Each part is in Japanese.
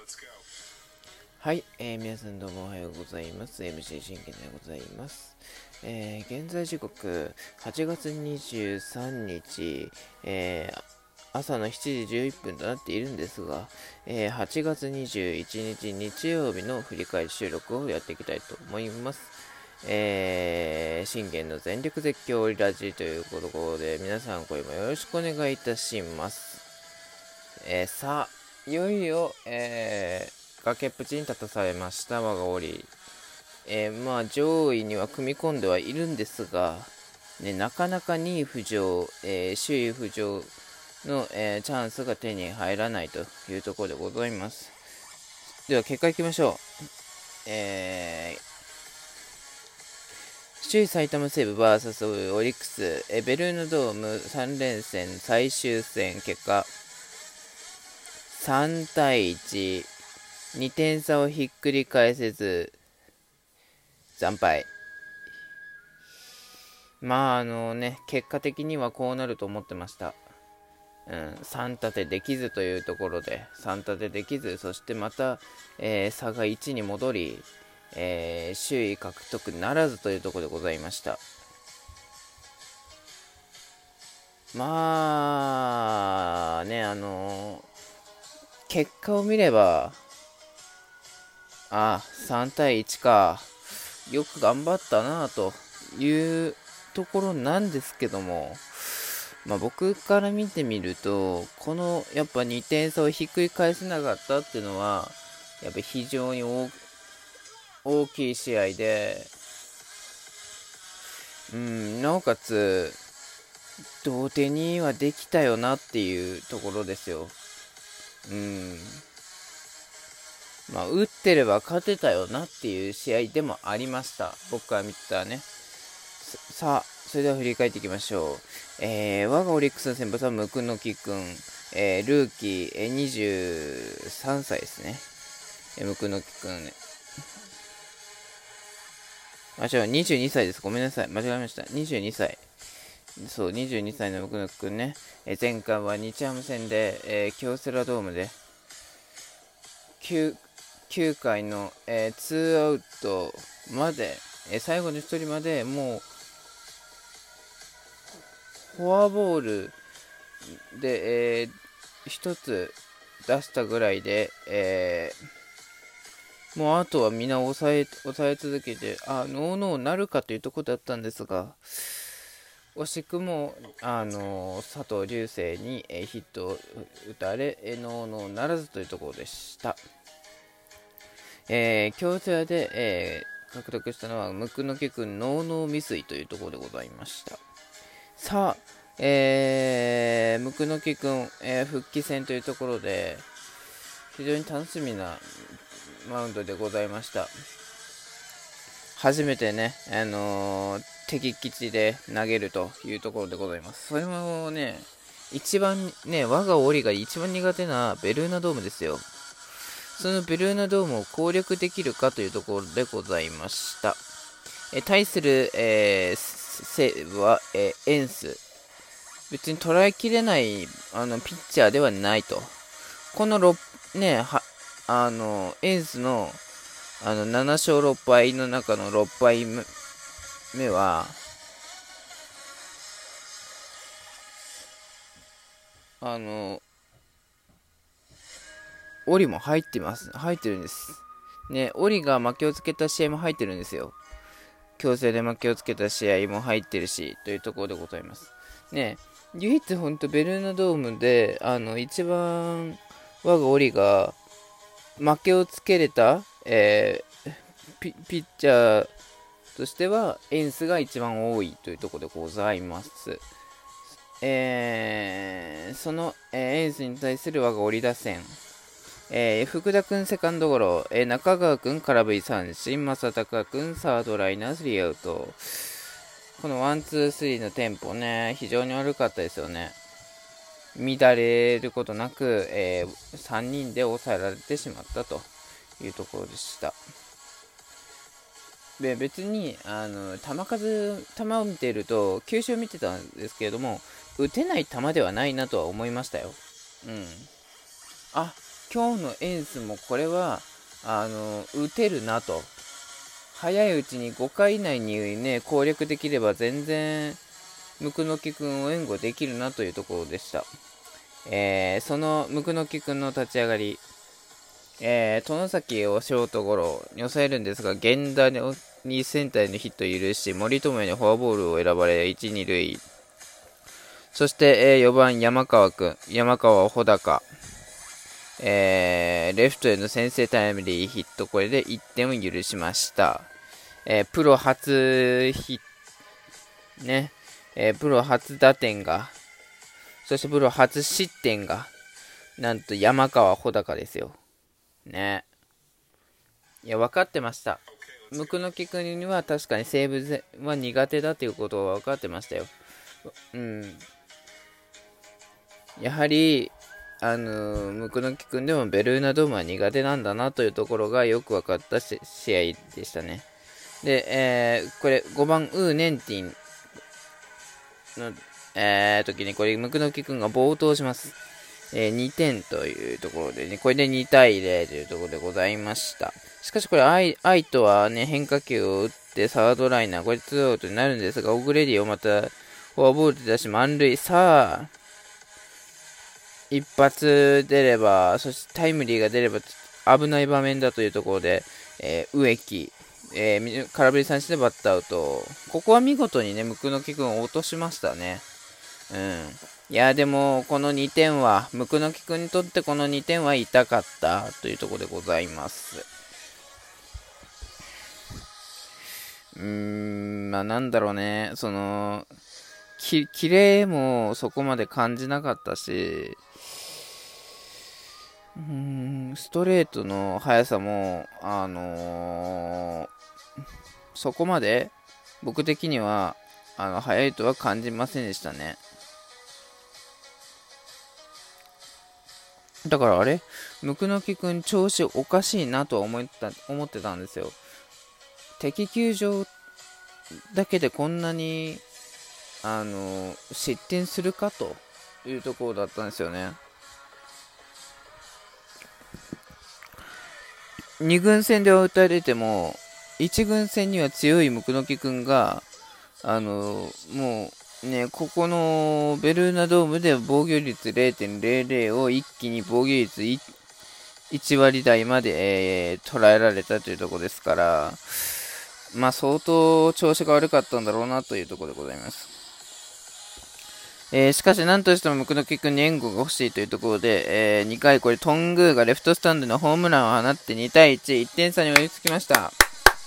はい、皆さんどうもおはようございます。MC 信玄でございます。現在時刻8月23日、朝の7時11分となっているんですが、8月21日日曜日の振り返り収録をやっていきたいと思います。信玄の全力絶叫ラジということで、皆さんこれもよろしくお願いいたします。さあ、いよいよ、崖っぷちに立たされました我が檻。上位には組み込んではいるんですが、なかなか2位浮上、首位浮上の、チャンスが手に入らないというところでございます。では結果いきましょう。首位埼玉西武 VS オリックス、ベルーナドーム3連戦最終戦結果3対1、2点差をひっくり返せず惨敗。結果的にはこうなると思ってました。3立てできずというところで、3立てできず、そしてまた、差が1に戻り、首位獲得ならずというところでございました。結果を見れば、3対1か、よく頑張ったなというところなんですけども、僕から見てみると、このやっぱ2点差をひっくり返せなかったっていうのは、やっぱ非常に大きい試合で、なおかつ、同点にはできたよなっていうところですよ。打ってれば勝てたよなっていう試合でもありました。僕から見てたらね。さあ、それでは振り返っていきましょう。我がオリックスの先発はムクノキ君、ルーキー、23歳ですね。ムクノキ君ね。22歳です。ごめんなさい。間違えました。22歳。そう、22歳のムクノキ君ね。前回は日ハム戦で、京セラドームで9回の、2アウトまで、最後の1人までもうフォアボールで、1つ出したぐらいで、もうあとはみんな抑え続けて、ノーノーなるかというところだったんですが、惜しくも、佐藤龍世に、ヒットを打たれ、ノーノーならずというところでした。京セラで、獲得したのはムクノキ君ノーノー未遂というところでございました。さあ、ムクノキ君、復帰戦というところで非常に楽しみなマウンドでございました。初めてね、敵基地で投げるというところでございます。それもね、一番ね、我が檻が一番苦手なベルーナドームですよ。そのベルーナドームを攻略できるかというところでございました。対する、西武は、エンス。別に捉えきれないピッチャーではないと。このエンスの7勝6敗の中の6敗目は、オリも入ってるんです。ね、オリが負けをつけた試合も入ってるんですよ。強制で負けをつけた試合も入ってるし、というところでございます。ね、唯一ほんとベルーナドームで、一番我がオリが負けをつけれた、ピッチャーとしては、エンスが一番多いというところでございます。その、エンスに対する我がオリ打線。福田君セカンドゴロ、中川君空振り三振、正隆君サードライナースリーアウト。このワンツースリーのテンポね、非常に悪かったですよね。乱れることなく、3人で抑えられてしまったというところでした。で、別に球を見ていると球種を見てたんですけれども、打てない球ではないなとは思いましたよ。 今日のエンスもこれは打てるなと、早いうちに5回以内にね攻略できれば全然ムクノキ君を援護できるなというところでした。そのムクノキ君の立ち上がり、外崎をショートゴロに抑えるんですが、源田にセンターへのヒットを許し、森友哉にフォアボールを選ばれ1、2塁。そして、4番山川穂高、レフトへの先制タイムリーヒット、これで1点を許しました。プロ初プロ初打点が、そしてプロ初失点がなんと山川穂高ですよね。いや分かってました。椋木君には確かにセーブは苦手だということは分かってましたよ。やはり椋木君でもベルーナドームは苦手なんだなというところがよく分かった試合でしたね。で、これ5番ウーネンティンの、時にこれ椋木君が暴投します。2点というところでね、これで2対0というところでございました。しかしこれ愛とはね変化球を打ってサードライナー、これ2アウトになるんですが、オグレディをまたフォアボールで出し満塁。さあ一発出れば、そしてタイムリーが出れば危ない場面だというところで、植木、空振り三振でバッターアウト。ここは見事にね椋木君を落としましたね。いやでもこの2点は椋木君にとってこの2点は痛かったというところでございます。なんだろうね、そのキレもそこまで感じなかったし、ストレートの速さもそこまで僕的には速いとは感じませんでしたね。だから椋木君調子おかしいなとは思ってたんですよ。敵球場だけでこんなに失点するかというところだったんですよね。2軍戦では打たれても1軍戦には強い椋木君がもうね、ここのベルーナドームで防御率 0.00 を一気に防御率 1割台まで、捉えられたというところですから、相当調子が悪かったんだろうなというところでございます。しかし何としても椋木君に援護が欲しいというところで、2回これトングーがレフトスタンドのホームランを放って2対1、1点差に追いつきました。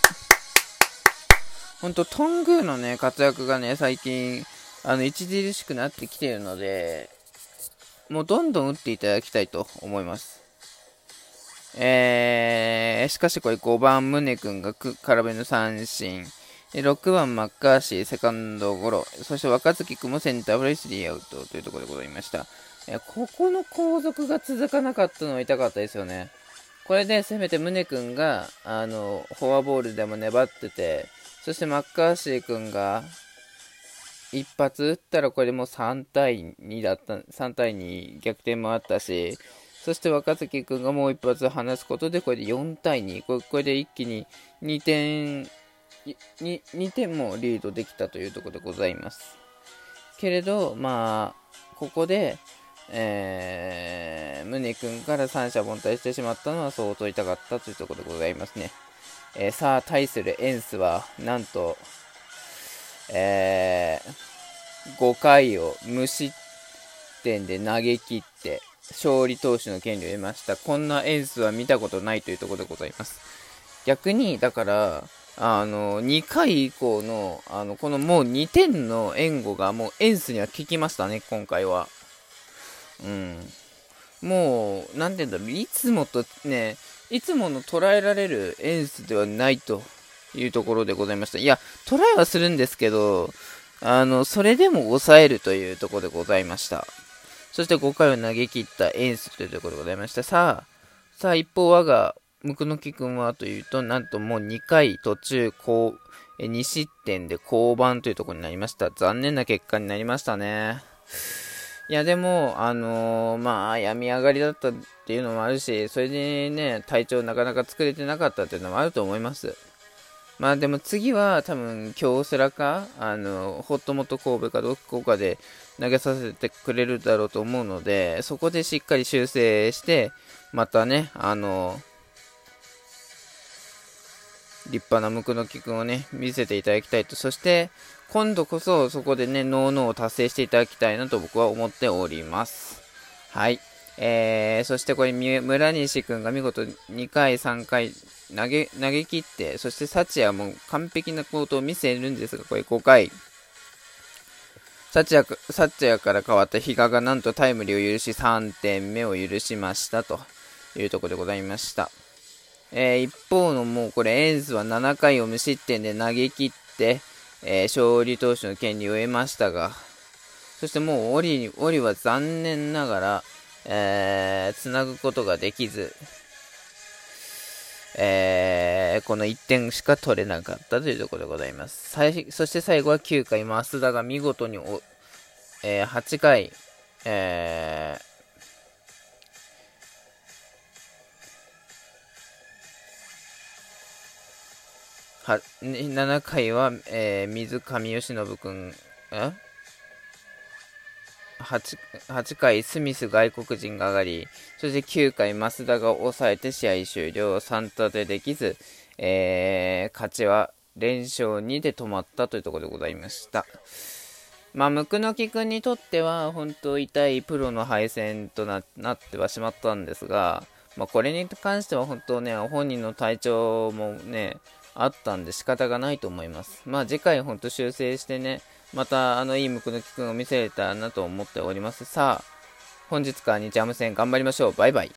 本当トングーのね活躍がね最近著しくなってきているので、もうどんどん打っていただきたいと思います。しかしこれ5番宗君が空振りの三振、6番マッカーシーセカンドゴロ、そして若月君もセンターフライ3アウトというところでございました。ここの後続が続かなかったのは痛かったですよね。これでせめて宗君がフォアボールでも粘ってて、そしてマッカーシー君が一発打ったらこれも3対2だった、3対2逆転もあったし、そして若月君がもう一発放つことでこれで4対2、これで一気に2点もリードできたというところでございますけれど、ここで宗君から三者凡退してしまったのは相当痛かったというところでございますね。さあ対するエンスはなんと、5回を無失点で投げ切って勝利投手の権利を得ました。こんなエンスは見たことないというところでございます。逆にだから2回以降のこのもう2点の援護がもうエンスには効きましたね今回は。もうなんていうんだろう、いつもの捉えられるエンスではないというところでございました。いやトライはするんですけどそれでも抑えるというところでございました。そして5回を投げ切ったエンスというところでございました。さあ一方我が椋木君はというと、なんともう2回途中2失点で降板というところになりました。残念な結果になりましたね。 いやでも、まあ、病み上がりだったっていうのもあるし、それでね、体調なかなか作れてなかったっていうのもあると思います。まあでも次は多分京セラか、ホットモット神戸かどこかで投げさせてくれるだろうと思うので、そこでしっかり修正して、またね、立派なムクノキ君をね、見せていただきたいと。そして、今度こそそこでね、ノーノーを達成していただきたいなと僕は思っております。はい。そしてこれ、村西君が見事2回、3回投げ切って、そして幸也も完璧なコートを見せるんですが、これ5回。幸也から変わった比嘉がなんとタイムリーを許し3点目を許しましたというところでございました。一方のもうこれエンスは7回を無失点で投げ切って、勝利投手の権利を得ましたが、そしてもうオリは残念ながら、つなぐことができず、この1点しか取れなかったというところでございます。そして最後は9回、増田が見事に8回、7回は、水上由伸君、8回スミス外国人が上がり、そして9回増田が抑えて試合終了、3立てできず、勝ちは連勝2で止まったというところでございました。まあ、ムクノキ君にとっては本当痛いプロの敗戦と なってはしまったんですが、まあ、これに関しては本当ね、本人の体調もね、あったんで仕方がないと思います。まあ次回本当修正してね、またいいムクノキ君を見せれたらなと思っております。さあ、本日から日ハム戦頑張りましょう。バイバイ。